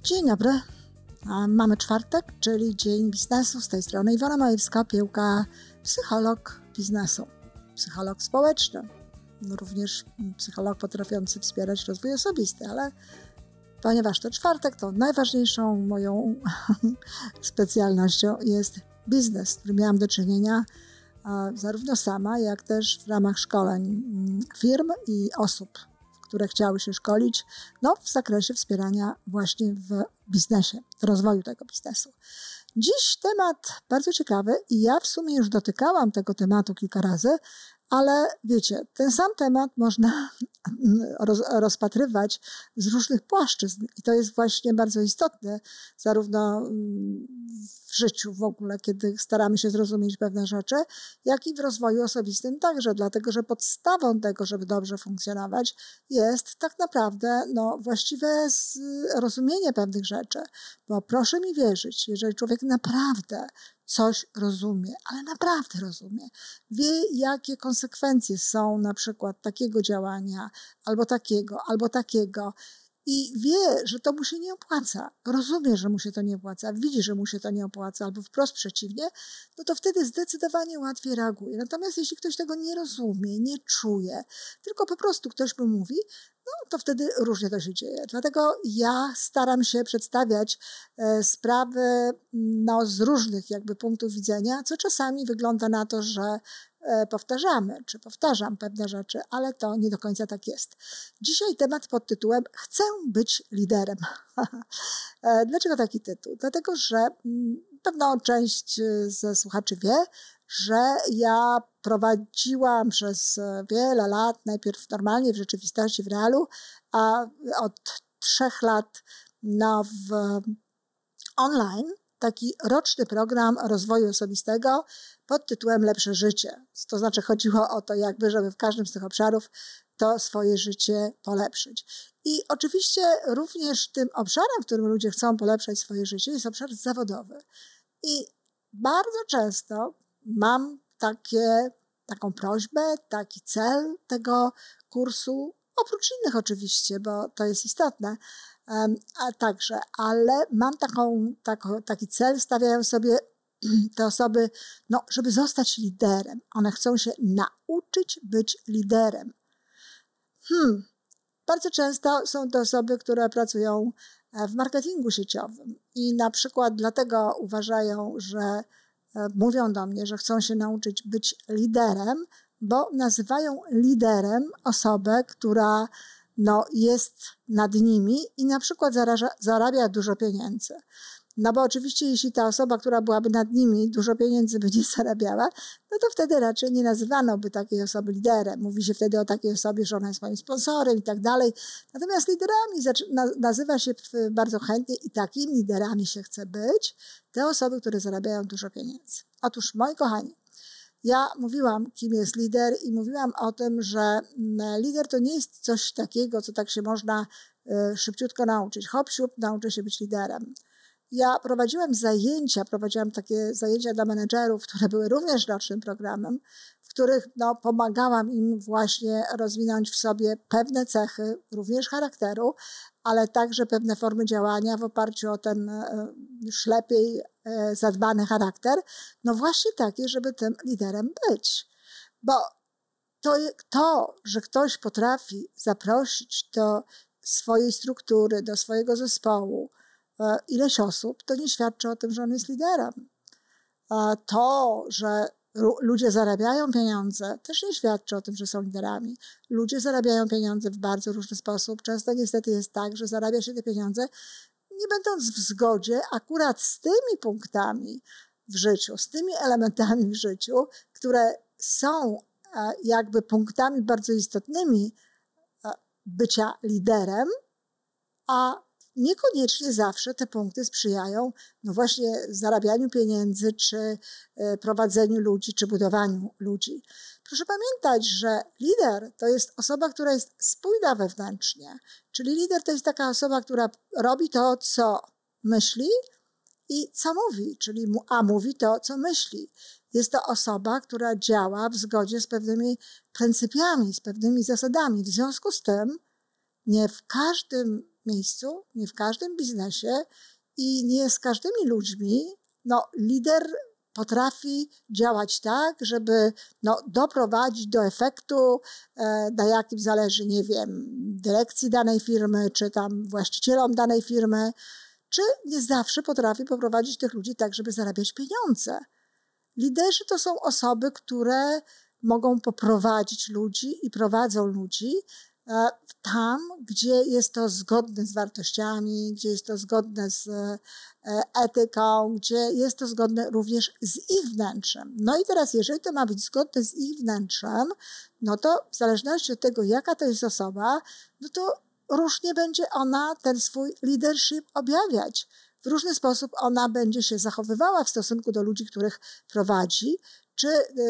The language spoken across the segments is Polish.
Dzień dobry. Mamy czwartek, czyli Dzień Biznesu. Z tej strony Iwona Majewska-Piełka, psycholog biznesu, psycholog społeczny, również psycholog potrafiący wspierać rozwój osobisty, ale ponieważ to czwartek, to najważniejszą moją specjalnością jest biznes, z którym miałam do czynienia zarówno sama, jak też w ramach szkoleń firm i osób, które chciały się szkolić w zakresie wspierania właśnie w biznesie, rozwoju tego biznesu. Dziś temat bardzo ciekawy i ja w sumie już dotykałam tego tematu kilka razy, ale wiecie, ten sam temat można rozpatrywać z różnych płaszczyzn i to jest właśnie bardzo istotne, zarówno w życiu w ogóle, kiedy staramy się zrozumieć pewne rzeczy, jak i w rozwoju osobistym także, dlatego że podstawą tego, żeby dobrze funkcjonować, jest tak naprawdę właściwe rozumienie pewnych rzeczy, bo proszę mi wierzyć, jeżeli człowiek naprawdę coś rozumie, ale naprawdę rozumie, wie, jakie konsekwencje są na przykład takiego działania, albo takiego i wie, że to mu się nie opłaca, rozumie, że mu się to nie opłaca, widzi, że mu się to nie opłaca, albo wprost przeciwnie, to wtedy zdecydowanie łatwiej reaguje. Natomiast jeśli ktoś tego nie rozumie, nie czuje, tylko po prostu ktoś mu mówi, to wtedy różnie to się dzieje. Dlatego ja staram się przedstawiać sprawy z różnych punktów widzenia, co czasami wygląda na to, że powtarzam pewne rzeczy, ale to nie do końca tak jest. Dzisiaj temat pod tytułem Chcę być liderem. Dlaczego taki tytuł? Dlatego, że pewną część ze słuchaczy wie, że ja prowadziłam przez wiele lat, najpierw normalnie w rzeczywistości, w realu, a od 3 lat online taki roczny program rozwoju osobistego pod tytułem Lepsze życie. To znaczy chodziło o to, żeby w każdym z tych obszarów to swoje życie polepszyć. I oczywiście również tym obszarem, w którym ludzie chcą polepszać swoje życie, jest obszar zawodowy. I bardzo często mam taką prośbę, taki cel tego kursu, oprócz innych oczywiście, bo to jest istotne, ale mam taki cel, stawiają sobie te osoby, żeby zostać liderem. One chcą się nauczyć być liderem. Bardzo często są to osoby, które pracują w marketingu sieciowym i na przykład dlatego uważają, że mówią do mnie, że chcą się nauczyć być liderem, bo nazywają liderem osobę, która jest nad nimi i na przykład zarabia dużo pieniędzy. Bo oczywiście jeśli ta osoba, która byłaby nad nimi, dużo pieniędzy by nie zarabiała, to wtedy raczej nie nazywano by takiej osoby liderem. Mówi się wtedy o takiej osobie, że ona jest moim sponsorem i tak dalej. Natomiast liderami nazywa się bardzo chętnie i takimi liderami się chce być te osoby, które zarabiają dużo pieniędzy. Otóż, moi kochani, ja mówiłam, kim jest lider i mówiłam o tym, że lider to nie jest coś takiego, co tak się można szybciutko nauczyć. Hop, siup, nauczę się być liderem. Ja prowadziłam takie zajęcia dla menedżerów, które były również rocznym programem, w których pomagałam im właśnie rozwinąć w sobie pewne cechy, również charakteru, ale także pewne formy działania w oparciu o ten już lepiej zadbany charakter. Właśnie takie, żeby tym liderem być. Bo to, że ktoś potrafi zaprosić do swojej struktury, do swojego zespołu ileś osób, to nie świadczy o tym, że on jest liderem. To, że ludzie zarabiają pieniądze, też nie świadczy o tym, że są liderami. Ludzie zarabiają pieniądze w bardzo różny sposób. Często niestety jest tak, że zarabia się te pieniądze, nie będąc w zgodzie akurat z tymi punktami w życiu, z tymi elementami w życiu, które są punktami bardzo istotnymi bycia liderem, a niekoniecznie zawsze te punkty sprzyjają właśnie zarabianiu pieniędzy, czy prowadzeniu ludzi, czy budowaniu ludzi. Proszę pamiętać, że lider to jest osoba, która jest spójna wewnętrznie. Czyli lider to jest taka osoba, która robi to, co myśli i co mówi, a mówi to, co myśli. Jest to osoba, która działa w zgodzie z pewnymi pryncypiami, z pewnymi zasadami. W związku z tym nie w każdym miejscu, nie w każdym biznesie i nie z każdymi ludźmi lider potrafi działać tak, żeby doprowadzić do efektu, na jakim zależy, nie wiem, dyrekcji danej firmy, czy tam właścicielom danej firmy, czy nie zawsze potrafi poprowadzić tych ludzi tak, żeby zarabiać pieniądze. Liderzy to są osoby, które mogą poprowadzić ludzi i prowadzą ludzi tam, gdzie jest to zgodne z wartościami, gdzie jest to zgodne z etyką, gdzie jest to zgodne również z ich wnętrzem. No i teraz, jeżeli to ma być zgodne z ich wnętrzem, to w zależności od tego, jaka to jest osoba, to różnie będzie ona ten swój leadership objawiać. W różny sposób ona będzie się zachowywała w stosunku do ludzi, których prowadzi, czy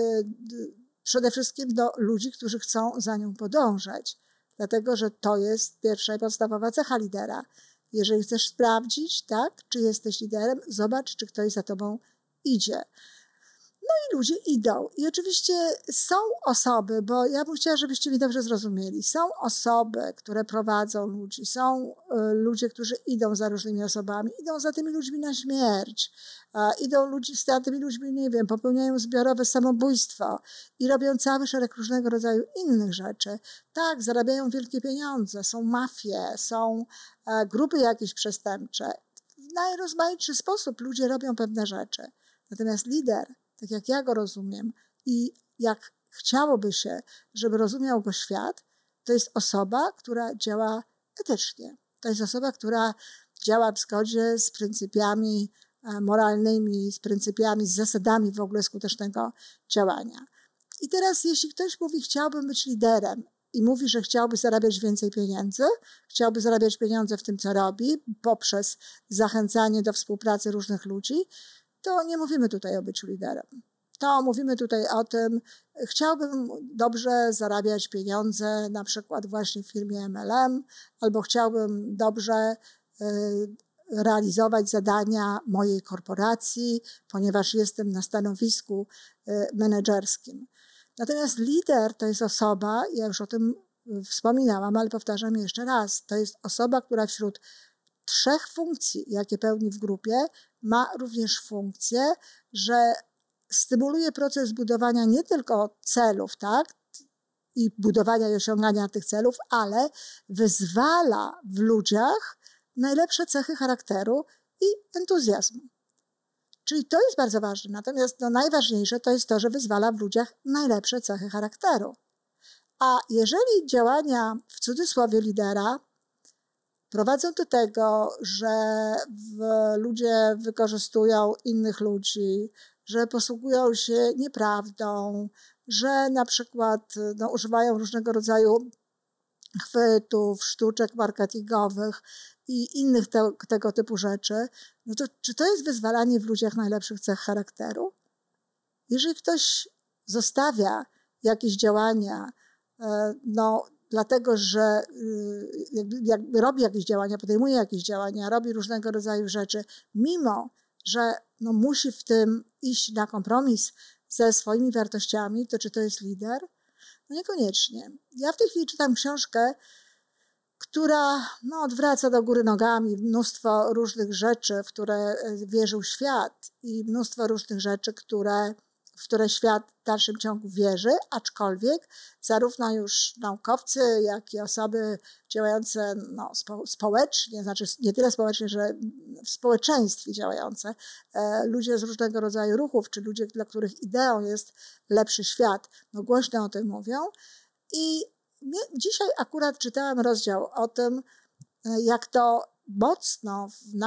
przede wszystkim do ludzi, którzy chcą za nią podążać. Dlatego, że to jest pierwsza i podstawowa cecha lidera. Jeżeli chcesz sprawdzić, czy jesteś liderem, zobacz, czy ktoś za tobą idzie. I ludzie idą. I oczywiście są osoby, bo ja bym chciała, żebyście mnie dobrze zrozumieli. Są osoby, które prowadzą ludzi, są ludzie, którzy idą za różnymi osobami, idą za tymi ludźmi na śmierć, idą za tymi ludźmi, nie wiem, popełniają zbiorowe samobójstwo i robią cały szereg różnego rodzaju innych rzeczy. Tak, zarabiają wielkie pieniądze, są mafie, są grupy jakieś przestępcze. W najrozmaitszy sposób ludzie robią pewne rzeczy. Natomiast lider, tak jak ja go rozumiem i jak chciałoby się, żeby rozumiał go świat, to jest osoba, która działa etycznie. To jest osoba, która działa w zgodzie z pryncypiami moralnymi, z pryncypiami, z zasadami w ogóle skutecznego działania. I teraz, jeśli ktoś mówi, chciałbym być liderem i mówi, że chciałby zarabiać więcej pieniędzy, chciałby zarabiać pieniądze w tym, co robi, poprzez zachęcanie do współpracy różnych ludzi, to nie mówimy tutaj o byciu liderem. To mówimy tutaj o tym, chciałbym dobrze zarabiać pieniądze, na przykład właśnie w firmie MLM, albo chciałbym dobrze realizować zadania mojej korporacji, ponieważ jestem na stanowisku menedżerskim. Natomiast lider to jest osoba, ja już o tym wspominałam, ale powtarzam jeszcze raz, to jest osoba, która wśród 3 funkcji, jakie pełni w grupie, ma również funkcję, że stymuluje proces budowania nie tylko celów, i budowania i osiągania tych celów, ale wyzwala w ludziach najlepsze cechy charakteru i entuzjazm. Czyli to jest bardzo ważne. Natomiast najważniejsze to jest to, że wyzwala w ludziach najlepsze cechy charakteru. A jeżeli działania, w cudzysłowie, lidera prowadzą do tego, że ludzie wykorzystują innych ludzi, że posługują się nieprawdą, że na przykład używają różnego rodzaju chwytów, sztuczek marketingowych i innych tego typu rzeczy, to czy to jest wyzwalanie w ludziach najlepszych cech charakteru? Jeżeli ktoś zostawia jakieś działania, dlatego, że jakby robi jakieś działania, podejmuje jakieś działania, robi różnego rodzaju rzeczy, mimo że musi w tym iść na kompromis ze swoimi wartościami, to czy to jest lider? Niekoniecznie. Ja w tej chwili czytam książkę, która odwraca do góry nogami mnóstwo różnych rzeczy, w które wierzył świat i mnóstwo różnych rzeczy, w które świat w dalszym ciągu wierzy, aczkolwiek zarówno już naukowcy, jak i osoby działające społecznie, znaczy nie tyle społecznie, że w społeczeństwie działające, ludzie z różnego rodzaju ruchów, czy ludzie, dla których ideą jest lepszy świat, głośno o tym mówią. I dzisiaj akurat czytałam rozdział o tym, jak to mocno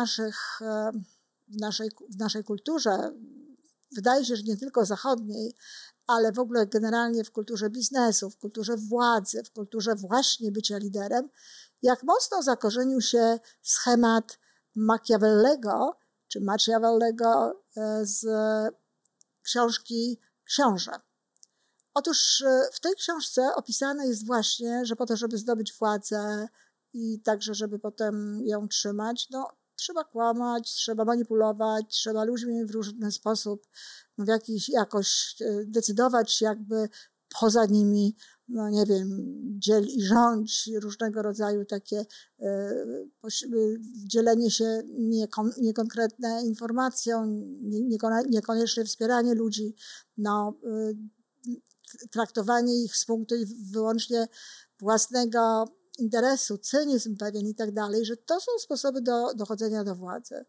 w naszej kulturze, wydaje się, że nie tylko zachodniej, ale w ogóle generalnie w kulturze biznesu, w kulturze władzy, w kulturze właśnie bycia liderem, jak mocno zakorzenił się schemat Machiavellego, czy Machiavellego z książki Książę. Otóż w tej książce opisane jest właśnie, że po to, żeby zdobyć władzę i także, żeby potem ją trzymać, trzeba kłamać, trzeba manipulować, trzeba ludźmi w różny sposób jakoś decydować, jakby poza nimi, no nie wiem, dziel i rządź, różnego rodzaju takie dzielenie się niekonkretną informacją, niekoniecznie wspieranie ludzi, no, traktowanie ich z punktu wyłącznie własnego interesu, cynizm pewien i tak dalej, że to są sposoby dochodzenia do władzy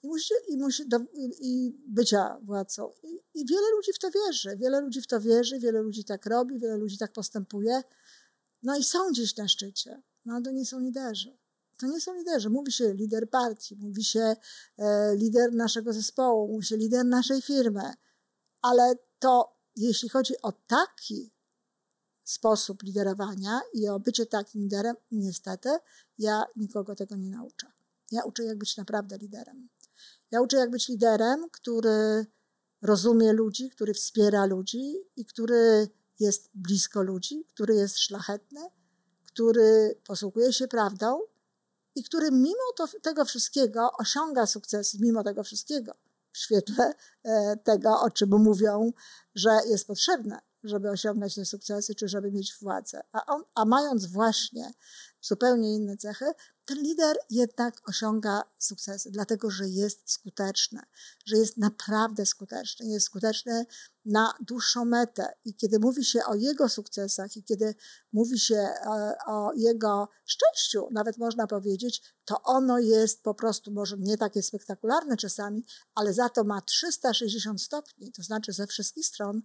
i bycia władcą. I wiele ludzi w to wierzy, wiele ludzi tak robi, wiele ludzi tak postępuje. No i są gdzieś na szczycie, no ale to nie są liderzy. To nie są liderzy. Mówi się lider partii, mówi się lider naszego zespołu, mówi się lider naszej firmy, ale to jeśli chodzi o taki sposób liderowania i o bycie takim liderem, niestety ja nikogo tego nie nauczę. Ja uczę, jak być naprawdę liderem. Ja uczę, jak być liderem, który rozumie ludzi, który wspiera ludzi i który jest blisko ludzi, który jest szlachetny, który posługuje się prawdą i który mimo tego wszystkiego osiąga sukcesy, mimo tego wszystkiego w świetle tego, o czym mówią, że jest potrzebne, żeby osiągać te sukcesy, czy żeby mieć władzę. A mając właśnie zupełnie inne cechy, ten lider jednak osiąga sukcesy, dlatego że jest skuteczny, że jest naprawdę skuteczny, jest skuteczny na dłuższą metę. I kiedy mówi się o jego sukcesach i kiedy mówi się o jego szczęściu, nawet można powiedzieć, to ono jest po prostu może nie takie spektakularne czasami, ale za to ma 360 stopni, to znaczy ze wszystkich stron,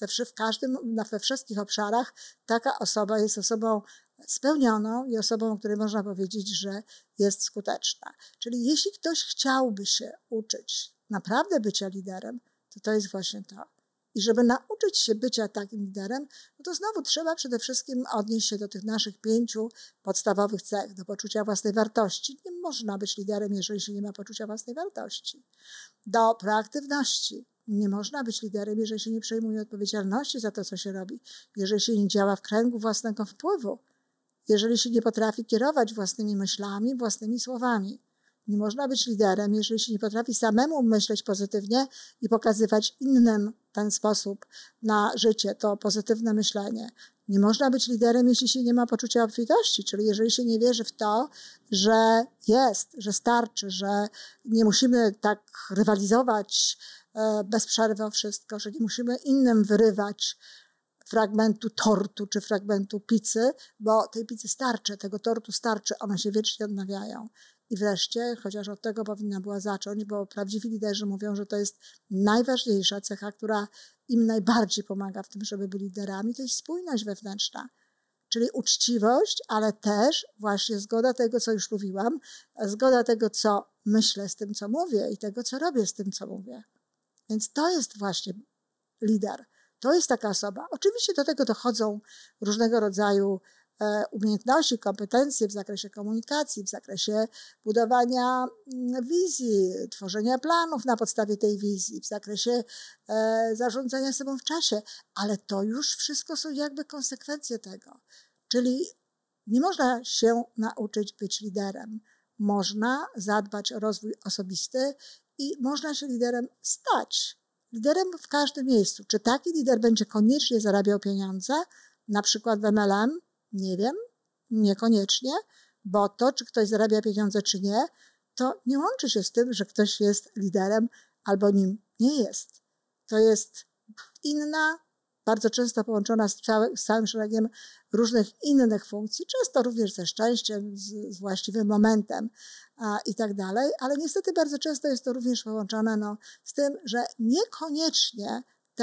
we wszystkich obszarach taka osoba jest osobą spełnioną i osobą, o której można powiedzieć, że jest skuteczna. Czyli jeśli ktoś chciałby się uczyć naprawdę bycia liderem, to jest właśnie to. I żeby nauczyć się bycia takim liderem, no to znowu trzeba przede wszystkim odnieść się do tych naszych 5 podstawowych cech, do poczucia własnej wartości. Nie można być liderem, jeżeli się nie ma poczucia własnej wartości. Do proaktywności. Nie można być liderem, jeżeli się nie przejmuje odpowiedzialności za to, co się robi, jeżeli się nie działa w kręgu własnego wpływu, jeżeli się nie potrafi kierować własnymi myślami, własnymi słowami. Nie można być liderem, jeżeli się nie potrafi samemu myśleć pozytywnie i pokazywać innym ten sposób na życie, to pozytywne myślenie. Nie można być liderem, jeśli się nie ma poczucia obfitości, czyli jeżeli się nie wierzy w to, że jest, że starczy, że nie musimy tak rywalizować bez przerwy o wszystko, że nie musimy innym wyrywać fragmentu tortu czy fragmentu pizzy, bo tej pizzy starczy, tego tortu starczy, one się wiecznie odnawiają. I wreszcie, chociaż od tego powinna była zacząć, bo prawdziwi liderzy mówią, że to jest najważniejsza cecha, która im najbardziej pomaga w tym, żeby byli liderami, to jest spójność wewnętrzna. Czyli uczciwość, ale też właśnie zgoda tego, co już mówiłam, zgoda tego, co myślę z tym, co mówię i tego, co robię z tym, co mówię. Więc to jest właśnie lider. To jest taka osoba. Oczywiście do tego dochodzą różnego rodzaju umiejętności, kompetencje w zakresie komunikacji, w zakresie budowania wizji, tworzenia planów na podstawie tej wizji, w zakresie zarządzania sobą w czasie, ale to już wszystko są jakby konsekwencje tego. Czyli nie można się nauczyć być liderem. Można zadbać o rozwój osobisty i można się liderem stać. Liderem w każdym miejscu. Czy taki lider będzie koniecznie zarabiał pieniądze, na przykład w MLM? Nie wiem, niekoniecznie, bo to, czy ktoś zarabia pieniądze, czy nie, to nie łączy się z tym, że ktoś jest liderem albo nim nie jest. To jest inna, bardzo często połączona z całym szeregiem różnych innych funkcji, często również ze szczęściem, z właściwym momentem i tak dalej, ale niestety bardzo często jest to również połączone z tym, że niekoniecznie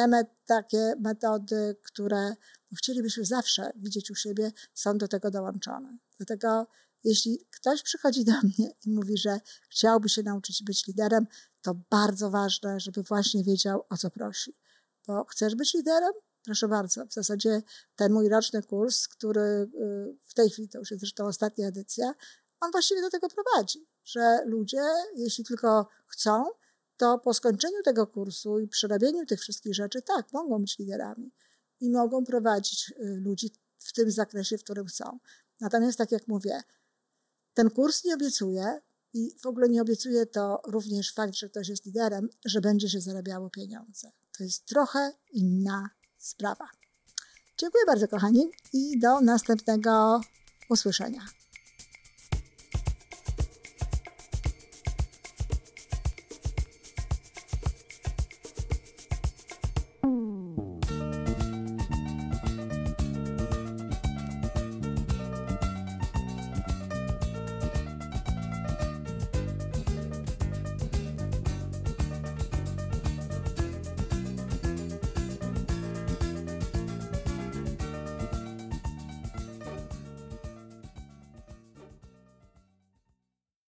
takie metody, które chcielibyśmy zawsze widzieć u siebie, są do tego dołączone. Dlatego jeśli ktoś przychodzi do mnie i mówi, że chciałby się nauczyć być liderem, to bardzo ważne, żeby właśnie wiedział, o co prosi. Bo chcesz być liderem? Proszę bardzo. W zasadzie ten mój roczny kurs, który w tej chwili to już jest zresztą ostatnia edycja, on właściwie do tego prowadzi, że ludzie, jeśli tylko chcą, to po skończeniu tego kursu i przerabieniu tych wszystkich rzeczy, tak, mogą być liderami i mogą prowadzić ludzi w tym zakresie, w którym chcą. Natomiast, tak jak mówię, ten kurs nie obiecuje i w ogóle nie obiecuje to również fakt, że ktoś jest liderem, że będzie się zarabiało pieniądze. To jest trochę inna sprawa. Dziękuję bardzo, kochani, i do następnego usłyszenia.